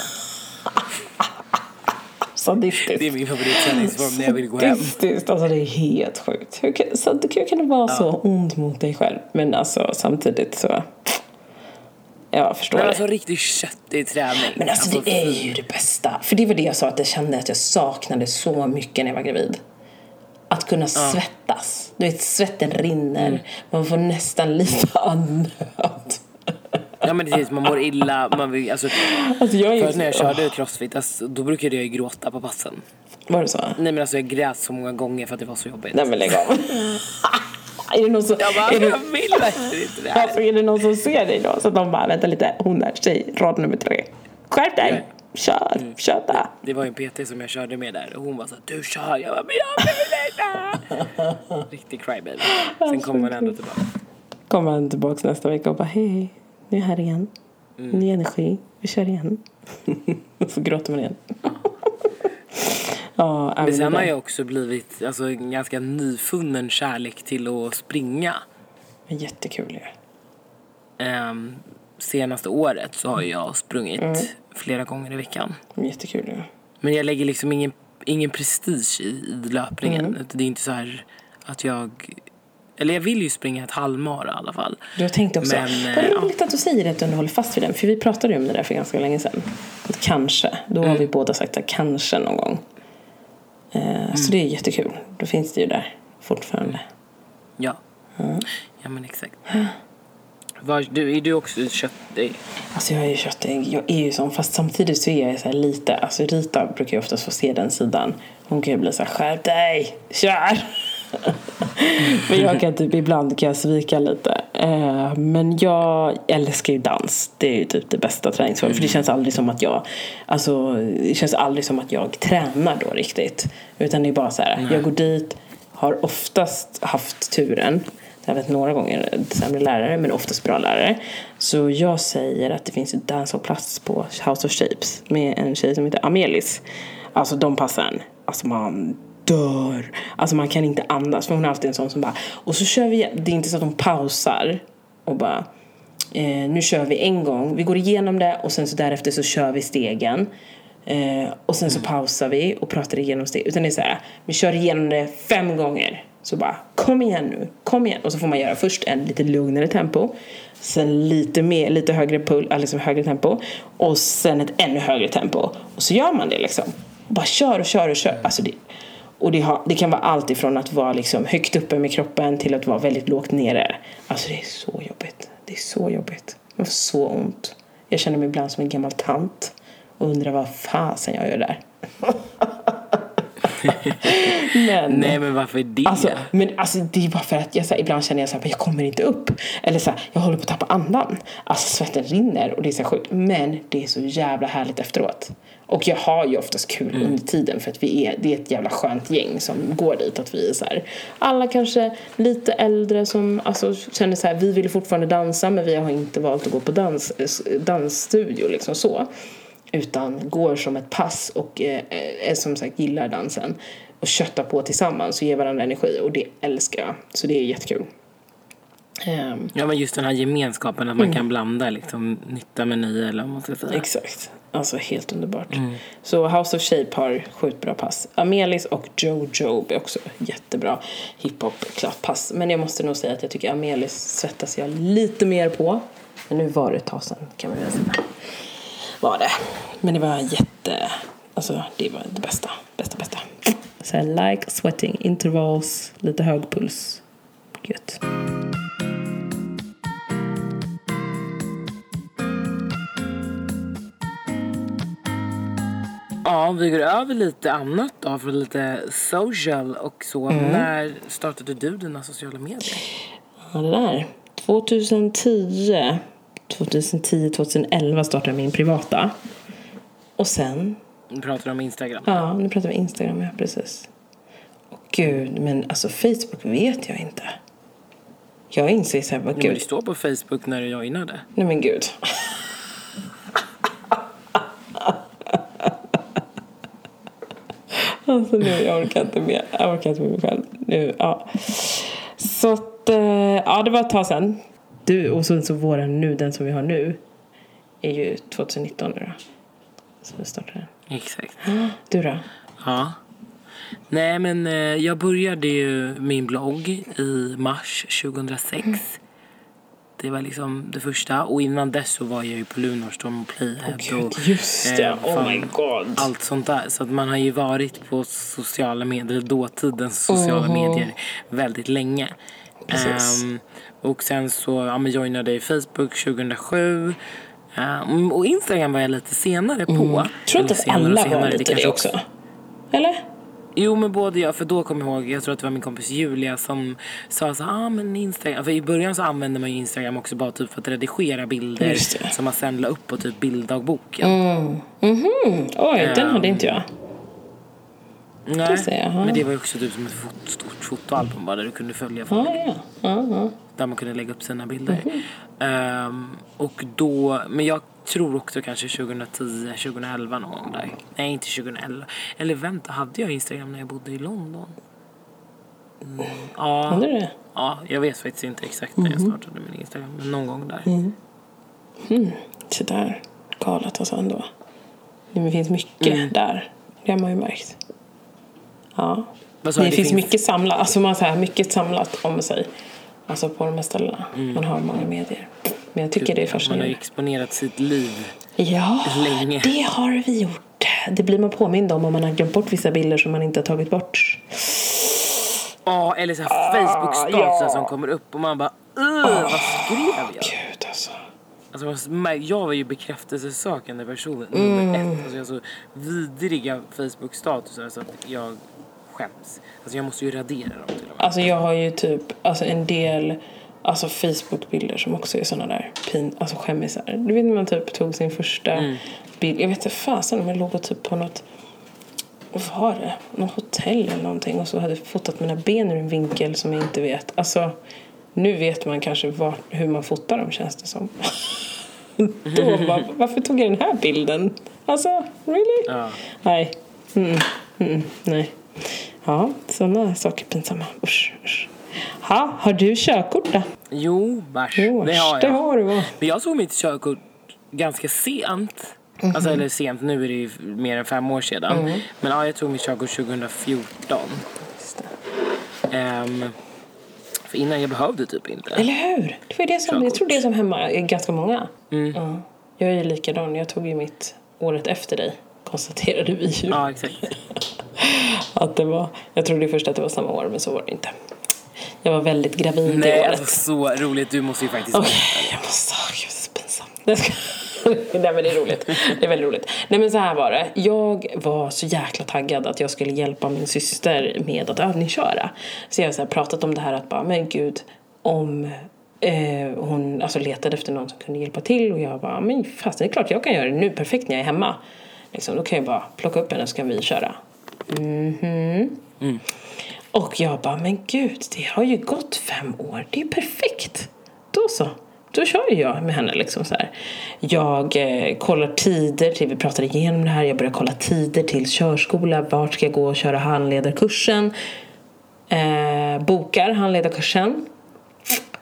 Sadistiskt. Det är min favoritträningsform när jag vill gå hem. Sadistiskt, alltså det är helt sjukt. Hur kan, så, hur kan det vara ja. så ont mot dig själv? Men alltså samtidigt så... Jag förstår men det. alltså riktigt köttig träning. Men alltså, alltså det är ju det bästa. För det var det jag sa, att jag kände att jag saknade så mycket när jag var gravid. Att kunna ja. svettas. Du vet, svetten rinner. Mm. Man får nästan lite andnöd. Ja men det är man mår illa. Man vill, alltså, alltså jag för när jag körde crossfit, alltså, då brukade jag ju gråta på passen. Var det så? Nej men alltså jag grät så många gånger för att det var så jobbigt. Nej men lägg av. Är det någon som, jag bara, är det, jag vill verkligen inte det här. Alltså är det någon som ser dig då? Så att de bara, vänta lite, hon är tjej, rad nummer tre. Skärp dig, Nej. kör, mm. kör där. Det, det var ju en P T som jag körde med där. Och hon var så du kör, jag bara, men jag vill inte. Riktig crybaby. Sen kommer man ändå tillbaka. Kommer han tillbaka nästa vecka och bara, hej, hej, nu är jag här igen. Mm. Ny energi, vi kör igen. Så gråter man igen. Ja, men sen har jag också blivit alltså, en ganska nyfunnen kärlek till att springa. Jättekul ju. Um, senaste året så har jag sprungit mm. flera gånger i veckan. Jättekul ju. Men jag lägger liksom ingen, ingen prestige i, i löpningen. Mm. Det är inte så här att jag... Eller jag vill ju springa ett halvmara i alla fall. Du har tänkt också. Men, vad roligt ja. att du säger att du håller fast vid den. För vi pratade ju om det där för ganska länge sedan. Att kanske. Då mm. har vi båda sagt att kanske någon gång. Mm. Så det är jättekul. Då finns det ju där fortfarande. Ja. Mm. Ja men exakt. Var, du, är du också köttig? Alltså jag är ju köttig. Jag är ju sån. Fast samtidigt så är jag så här lite. Alltså Rita brukar ju oftast få se den sidan. Hon kan ju bli så här, skärp dig, kör. Men jag kan typ ibland kan jag svika lite. uh, Men jag älskar ju dans. Det är ju typ det bästa träningsformen. Mm. För det känns aldrig som att jag Alltså det känns aldrig som att jag tränar då riktigt. Utan det är bara så här, mm. jag går dit. Har oftast haft turen. Jag vet några gånger sämre lärare, men oftast bra lärare. Så jag säger att det finns en dansplats på House of Shapes med en tjej som heter Amelis. Alltså de passar. Alltså man dör. Alltså man kan inte andas. För hon har alltid en sån som bara... Och så kör vi... Det är inte så att hon pausar och bara... Eh, nu kör vi en gång. Vi går igenom det och sen så därefter så kör vi stegen. Eh, och sen så pausar vi och pratar igenom steg. Utan det är så här... Vi kör igenom det fem gånger. Så bara, kom igen nu. Kom igen. Och så får man göra först en lite lugnare tempo. Sen lite mer, lite högre puls, liksom högre tempo. Och sen ett ännu högre tempo. Och så gör man det liksom. Och bara kör och kör och kör. Alltså det... Och det, har, det kan vara allt ifrån att vara liksom högt uppe med kroppen till att vara väldigt lågt nere. Alltså det är så jobbigt. Det är så jobbigt. Det var så ont. Jag känner mig ibland som en gammal tant. Och undrar vad fasen jag gör där. men, Nej men varför det? Alltså, men alltså det är bara för att jag, så här, ibland känner jag så här, jag kommer inte upp. Eller så här, jag håller på att tappa andan. Alltså svetten rinner och det är så sjukt. Men det är så jävla härligt efteråt. Och jag har ju oftast kul mm. under tiden. För att vi är, det är ett jävla skönt gäng som går dit. Att vi är så här, alla kanske lite äldre som alltså, känner så här, vi vill fortfarande dansa. Men vi har inte valt att gå på dans, dansstudio liksom så. Utan går som ett pass och eh, är som sagt gillar dansen. Och köttar på tillsammans och ger varandra energi. Och det älskar jag. Så det är jättekul. Um, ja men just den här gemenskapen. Att man mm. kan blanda liksom nytta med nya eller vad man ska säga. Exakt. Alltså helt underbart. Mm. Så House of Shape har sjukt bra pass. Amelis och Jojo är också jättebra hiphop-pass. Men jag måste nog säga att jag tycker Amelis svettas jag lite mer på. Men nu var det ett tag sedan, kan man väl säga. Var det. Men det var jätte... Alltså det var det bästa. Bästa, bästa. Så här, like sweating intervals. Lite hög puls. Gött. Ja, vi går över lite annat då, för lite social och så. Mm. När startade du dina sociala medier? Ja, det där. tjugohundratio, tjugohundratio tjugohundraelva startade jag min privata. Och sen... Nu pratar du om Instagram. Ja, nu pratar vi Instagram, ja, precis. Och gud, men alltså Facebook vet jag inte. Jag inser så här, vad gud. Men det står på Facebook när du joinade. Nej, men gud. Alltså nu, jag orkar inte mer. Jag orkar inte med mig själv. Nu, ja. Så att, ja, det var ett tag sedan. Du, och så, så våren nu, den som vi har nu, är ju tjugonitton nu då. Så vi startar den. Exakt. Du då? Ja. Nej, men eh, jag började ju min blogg i mars tjugohundrasex. Mm. Det var liksom det första. Och innan dess så var jag ju på Lunarstorm och Playhead. Oh, och, just det, eh, oh my god. Allt sånt där. Så att man har ju varit på sociala medier, dåtidens sociala uh-huh. medier, väldigt länge. Um, och sen så ja, men joinade jag i Facebook tjugohundrasju. Um, och Instagram var jag lite senare på. Mm. Tror inte att alla senare, var lite det, det också. Eller? Jo, men både jag, för då kom jag ihåg, jag tror att det var min kompis Julia som sa så ah, men Instagram, för i början så använde man ju Instagram också bara typ för att redigera bilder som man sen la upp på typ bilddagboken. Mm. Mm-hmm. Oj, um, den hade inte jag. Nej, det men det var ju också typ som ett fot- stort fotoalbum bara där du kunde följa folk. Ah, ja. uh-huh. Där man kunde lägga upp sina bilder. Mm-hmm. Um, och då, men jag tror också kanske tjugohundratio, tjugohundraelva någon gång där. Nej, inte tjugohundraelva. Eller vänta, hade jag Instagram när jag bodde i London? Mm, ja. Hade du det? Ja, jag vet faktiskt inte exakt när jag startade min Instagram. Men någon gång där. Mm. Mm. Så där, galet alltså ändå. Det finns mycket mm. där. Det har man ju märkt. Ja. Det, det finns, finns mycket samlat. Alltså man har mycket samlat om sig. Alltså på de här ställena. Mm. Man har många medier. Men jag tycker Gud, det är fascinerande. Man har exponerat sitt liv ja, länge. Det har vi gjort. Det blir man påmind om om man har glömt bort vissa bilder som man inte har tagit bort. Ja, eller så här ah, Facebook-statusar ja. som kommer upp och man bara Åh, oh, vad skrev jag? Gud alltså. Alltså, jag var ju bekräftelsesökande person nummer mm. ett. Alltså, jag så vidriga Facebook-statusar så att jag skäms. Alltså, jag måste ju radera dem till och med. Alltså, jag har ju typ alltså, en del alltså, Facebook-bilder som också är såna där pin, alltså skämmisar. Du vet när man typ tog sin första mm. bild. Jag vet inte fasen om jag låg typ på något, vad var det? Något hotell eller någonting. Och så hade jag fotat mina ben ur en vinkel som jag inte vet. Alltså, nu vet man kanske var, hur man fotar dem, känns det som. Då bara, varför tog jag den här bilden? Alltså, really? Ja. Nej. Mm, mm, nej. Ja, sådana saker pinsamma. Usch, usch. Ha, har du körkort då? Jo, bärs. Det har jag. Det har du, va? Men jag såg mitt körkort ganska sent. Mm-hmm. Alltså, eller sent, nu är det ju mer än fem år sedan. Mm. Men ja, jag tog mitt körkort tjugofjorton. Just det. Um, för innan jag behövde typ inte. Eller hur? Det var det som, jag tror det är som hemma är ganska många. Mm. Ja. Jag är ju likadan. Jag tog ju mitt året efter dig. Konstaterade vi ju. Ja, exakt. Att det var, jag trodde först att det var samma år, men så var det inte. Jag var väldigt gravid Nej, i året. Alltså, så roligt. Du måste ju faktiskt... Okej, okay, jag måste... Gud, det är pinsamt. Nej, men det är roligt. Det är väldigt roligt. Nej, men så här var det. Jag var så jäkla taggad att jag skulle hjälpa min syster med att övningsköra. Så jag har så här pratat om det här att bara, men gud, om eh, hon alltså letade efter någon som kunde hjälpa till. Och jag bara, men fast det är klart jag kan göra det nu perfekt när jag är hemma. Liksom, då kan jag bara plocka upp henne så kan vi köra. Mhm. Mm. Och jag bara, men gud, det har ju gått fem år. Det är perfekt. Då så. Då kör jag med henne liksom så här. Jag eh, kollar tider till vi pratar igenom det här. Jag börjar kolla tider till körskola. Vart ska jag gå och köra handledarkursen? Eh, bokar handledarkursen.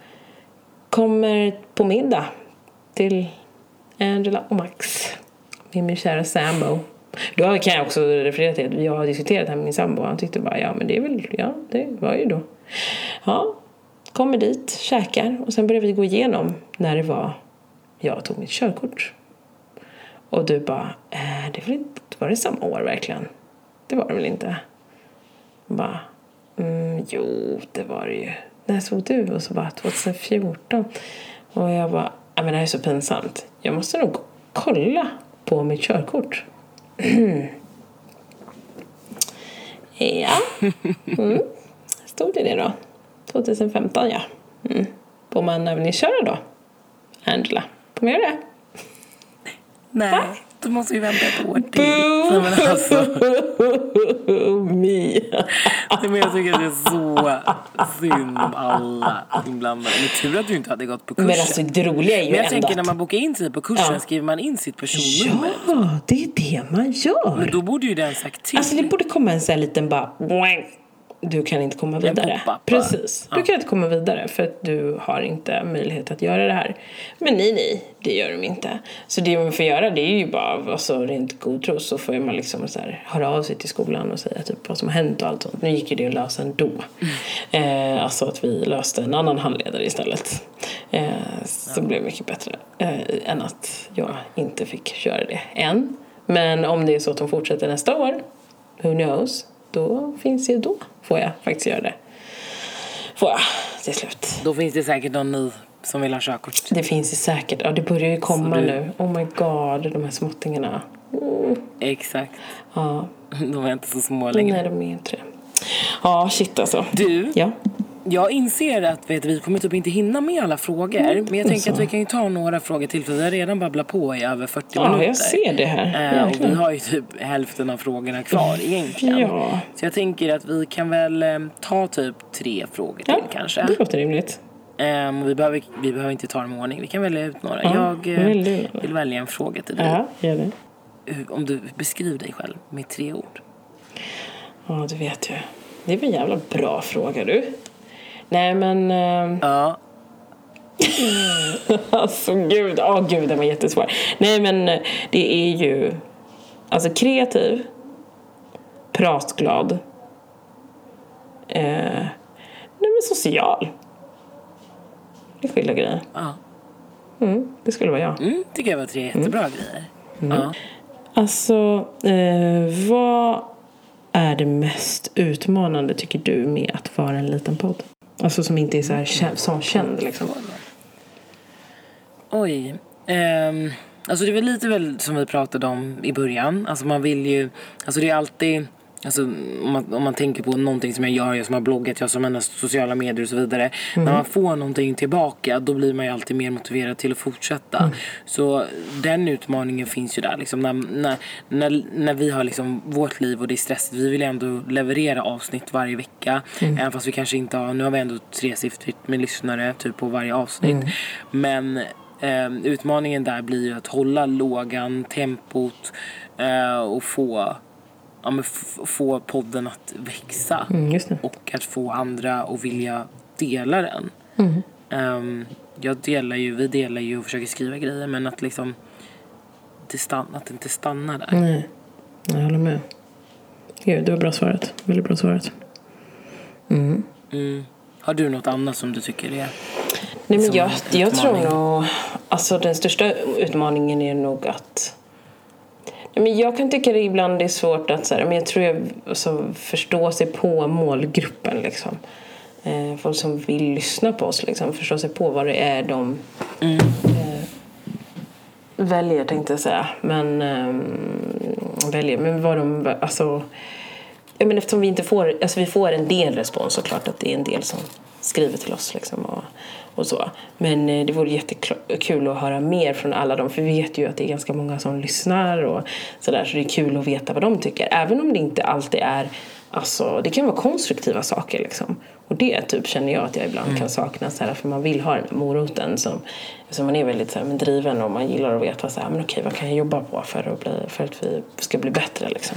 Kommer på middag till Angela och Max. med min kära sambo. Då kan jag också referera till att jag har diskuterat här med min sambo. Han tyckte bara, ja men det är väl, ja det var ju då. Ja, kommer dit, käkar och sen började vi gå igenom när det var jag tog mitt körkort. Och du bara, äh, det var, inte, var det samma år verkligen? Det var det väl inte? Och bara, mm, jo det var det ju. När såg du? Och så bara tjugohundrafjorton. Och jag bara, ja men det här är så pinsamt. Jag måste nog kolla på mitt körkort. Ja. Mm. Stod det det då? tjugohundrafemton, ja. Mm. Får man övningsköra då? Angela, får man göra det? Nej, va? Då måste vi vänta ett år till. Boo! Men alltså. Me. Men jag tycker att det är så synd om alla inblandade. Men tur att du inte hade gått på kursen. Men alltså det roliga är ju Men jag ändå tänker att... när man bokar in sig på kursen, ja, skriver man in sitt personnummer. Ja, det är det man gör. Men då borde ju den sagt till. Alltså det borde komma en sån här liten bara... Du kan inte komma vidare. Precis. Du kan inte komma vidare för att du har inte möjlighet att göra det här. Men nej, nej, det gör de inte. Så det man får göra, det är ju bara alltså, rent godtro. Så får man liksom så här, höra av sig till skolan och säga typ vad som har hänt och allt sånt. Nu gick ju det att lösa ändå. Mm. Eh, alltså att vi löste en annan handledare istället. Eh, så ja. Blev mycket bättre eh, än att jag inte fick göra det än. Men om det är så att de fortsätter nästa år, who knows? Då finns det då. Får jag faktiskt göra det. Får jag till slut. Då finns det säkert någon ny som vill ha körkort. Det finns det säkert. Ja, det börjar ju komma du... nu. Oh my god, de här småttingarna. Mm. Exakt. Ja. De är inte så små längre. Nej, de är inte det. Ja, shit alltså. Du? Ja. Jag inser att vet, vi kommer typ inte hinna med alla frågor. Mm, men jag tänker så. Att vi kan ju ta några frågor till. För vi har redan babblat på i över fyrtio ja, minuter. Ja, jag ser det här. Eh, och vi har ju typ hälften av frågorna kvar egentligen. Ja. Så jag tänker att vi kan väl eh, ta typ tre frågor till ja, kanske. Det låter rimligt. Eh, vi, behöver, vi behöver inte ta dem i ordning. Vi kan välja ut några. Ja, jag eh, vill, vill välja en fråga till dig. Ja, gör det. Om du beskriver dig själv med tre ord. Ja, du vet ju. Det är väl en jävla bra fråga du. Nej, men... Uh... Ja. alltså, gud. Åh, oh, gud, det var jättesvår. Nej, men det är ju... Alltså, kreativ. Pratglad. Eh... Nej, men social. Det är skilda grejer. Ja. Mm, det skulle vara jag. Mm, tycker jag var tre jättebra mm. grejer. Mm. Ja. Alltså, eh, vad är det mest utmanande, tycker du, med att vara en liten podd? Alltså som inte är så här känd, som känd liksom. Oj. Um, alltså det var lite väl som vi pratade om i början. Alltså man vill ju... Alltså det är alltid... Alltså om man, om man tänker på någonting som jag gör, jag som har bloggat, jag som har sociala medier och så vidare. Mm. När man får någonting tillbaka, då blir man ju alltid mer motiverad till att fortsätta. Mm. Så den utmaningen finns ju där. Liksom, när, när, när, när vi har liksom vårt liv och det är stressigt, vi vill ändå leverera avsnitt varje vecka. Mm. Även fast vi kanske inte har, nu har vi ändå tresiffrigt med lyssnare typ på varje avsnitt. Mm. Men eh, utmaningen där blir ju att hålla lågan, tempot eh, och få... Ja, men f- få podden att växa. Mm, just det. Och att få andra att vilja dela den. Mm. Um, jag delar ju, vi delar ju och försöker skriva grejer. Men att liksom det, stann, att det inte stannar där. Nej, jag håller med. Gud, det var bra svaret. Väldigt bra svaret. Mm. Mm. Har du något annat som du tycker är... Nej, men jag, jag tror nog... Alltså den största utmaningen är nog att... Men jag kan tycka det ibland är svårt att så här, men jag tror jag alltså, förstå sig på målgruppen liksom. Eh, folk som vill lyssna på oss liksom, förstå sig på vad det är de mm. eh, väljer, tänkte jag säga. Men eh, väljer, men vad de alltså, ja, men eftersom vi inte får, alltså vi får en del respons, så klart att det är en del som skriver till oss liksom och och så. Men eh, det vore jättekul att höra mer från alla dem. För vi vet ju att det är ganska många som lyssnar och sådär. Så det är kul att veta vad de tycker. Även om det inte alltid är... Alltså, det kan vara konstruktiva saker liksom. Och det typ känner jag att jag ibland mm. kan sakna. Så här, för man vill ha den här moroten som, som man är väldigt så här, men driven. Och man gillar att veta så här, men okej, vad kan jag jobba på för att, bli, för att vi ska bli bättre liksom.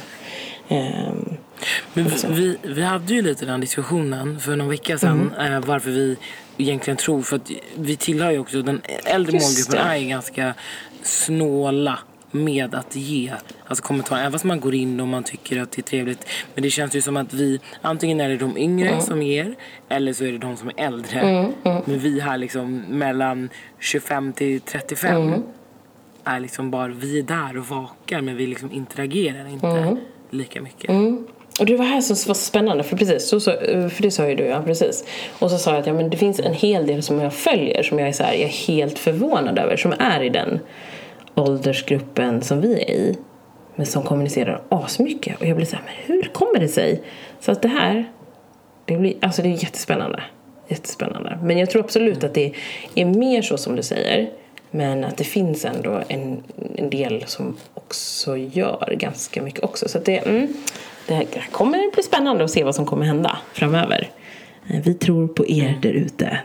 Um, men vi, vi hade ju lite den diskussionen för någon vecka sedan. Mm. Eh, varför vi egentligen tror, för att vi tillhör ju också den äldre målgruppen är ju ganska snåla med att ge alltså kommentarer, även fast man går in och man tycker att det är trevligt, men det känns ju som att vi, antingen är det de yngre mm. som ger, eller så är det de som är äldre mm. Mm. men vi här liksom mellan tjugofem till trettiofem mm. är liksom bara, vi är där och vakar, men vi liksom interagerar inte mm. lika mycket. Mm. Och det var här som var så spännande, för precis så, så, för det sa ju du, ja, precis. Och så sa jag att ja, men det finns en hel del som jag följer som jag är så här, jag är helt förvånad över, som är i den åldersgruppen som vi är i, men som kommunicerar asmycket. Och jag blir så här, men hur kommer det sig? Så att det här, det blir, alltså det är jättespännande. Jättespännande. Men jag tror absolut att det är mer så som du säger, men att det finns ändå en, en del som också gör ganska mycket också. Så att det, mm, det här kommer bli spännande att se vad som kommer hända framöver. Vi tror på er där ute.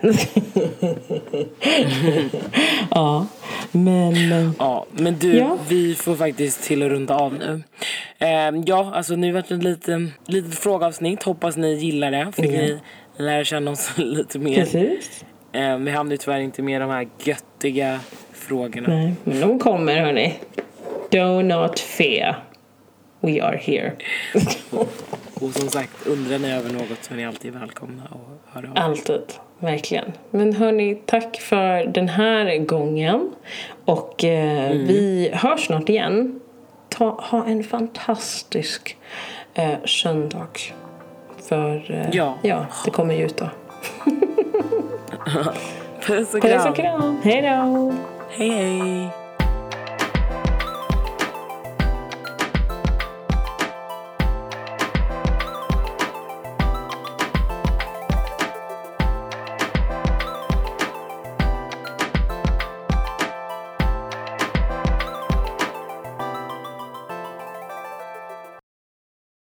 ja, men... Ja, men du, ja. vi får faktiskt till att runda av nu. Eh, ja, alltså nu har det varit ett litet, litet frågeavsnitt. Hoppas ni gillar det. Fick ja. ni lära känna oss lite mer. Precis. Eh, vi hamnar tyvärr inte med de här göttiga frågorna. Nej, men de kommer, hörni. Do not fear. We are here. Och som sagt, undrar ni över något så är ni alltid välkomna att höra av. Alltid, verkligen. Men hörni, tack för den här gången. Och eh, mm. vi hörs snart igen. Ta, ha en fantastisk eh, söndag. För eh, ja. ja, det kommer ju ut då. Puss och kram. Puss och kram. Hej då. Hej hej.